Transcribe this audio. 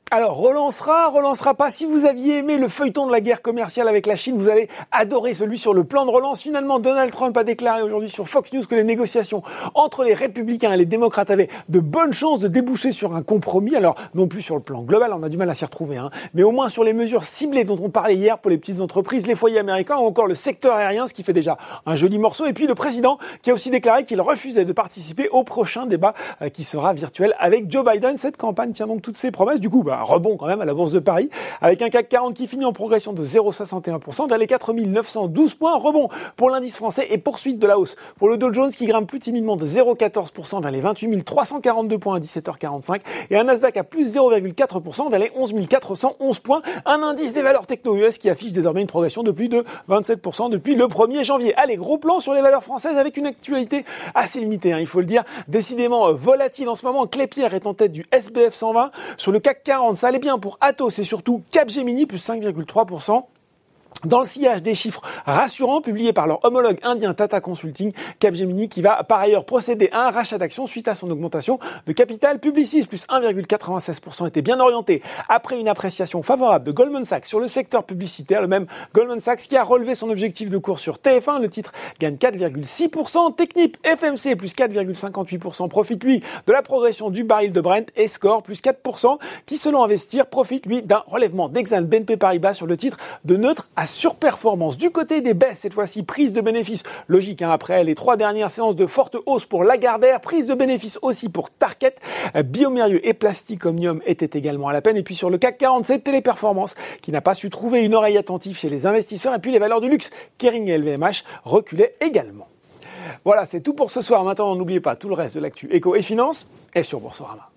Alors, relancera pas. Si vous aviez aimé le feuilleton de la guerre commerciale avec la Chine, vous allez adorer celui sur le plan de relance. Finalement, Donald Trump a déclaré aujourd'hui sur Fox News que les négociations entre les républicains et les démocrates avaient de bonnes chances de déboucher sur un compromis. Alors, non plus sur le plan global, on a du mal à s'y retrouver, mais au moins sur les mesures ciblées dont on parlait hier pour les petites entreprises, les foyers américains ou encore le secteur aérien, ce qui fait déjà un joli morceau. Et puis le président qui a aussi déclaré qu'il refusait de participer au prochain débat qui sera virtuel avec Joe Biden. Cette campagne tient donc toutes ses promesses. Du coup, un rebond quand même à la Bourse de Paris, avec un CAC 40 qui finit en progression de 0,61% vers les 4912 points. Rebond pour l'indice français et poursuite de la hausse pour le Dow Jones qui grimpe plus timidement de 0,14% vers les 28 342 points à 17h45 et un Nasdaq à plus 0,4% vers les 11 411 points. Un indice des valeurs techno-US qui affiche désormais une progression de plus de 27% depuis le 1er janvier. Allez, gros plan sur les valeurs françaises avec une actualité assez limitée, il faut le dire, décidément volatile en ce moment. Klépierre est en tête du SBF 120. Sur le CAC 40, ça allait bien pour Atos et surtout Capgemini, plus 5,3%. Dans le sillage des chiffres rassurants publiés par leur homologue indien Tata Consulting, Capgemini qui va par ailleurs procéder à un rachat d'actions suite à son augmentation de capital. Publicis, plus 1,96%, était bien orienté après une appréciation favorable de Goldman Sachs sur le secteur publicitaire. Le même Goldman Sachs qui a relevé son objectif de cours sur TF1. Le titre gagne 4,6%. Technip, FMC, plus 4,58%, profite lui de la progression du baril de Brent et Score, plus 4%, qui selon Investir profite lui d'un relèvement d'Exane BNP Paribas sur le titre de neutre à surperformance. Du côté des baisses, cette fois-ci, prise de bénéfices. Logique, après les 3 dernières séances de forte hausse pour Lagardère. Prise de bénéfices aussi pour Tarkett. Biomérieux et Plastic Omnium étaient également à la peine. Et puis sur le CAC 40, c'est Téléperformance qui n'a pas su trouver une oreille attentive chez les investisseurs. Et puis les valeurs du luxe, Kering et LVMH, reculaient également. Voilà, c'est tout pour ce soir. Maintenant, n'oubliez pas tout le reste de l'actu éco et finance est sur Boursorama.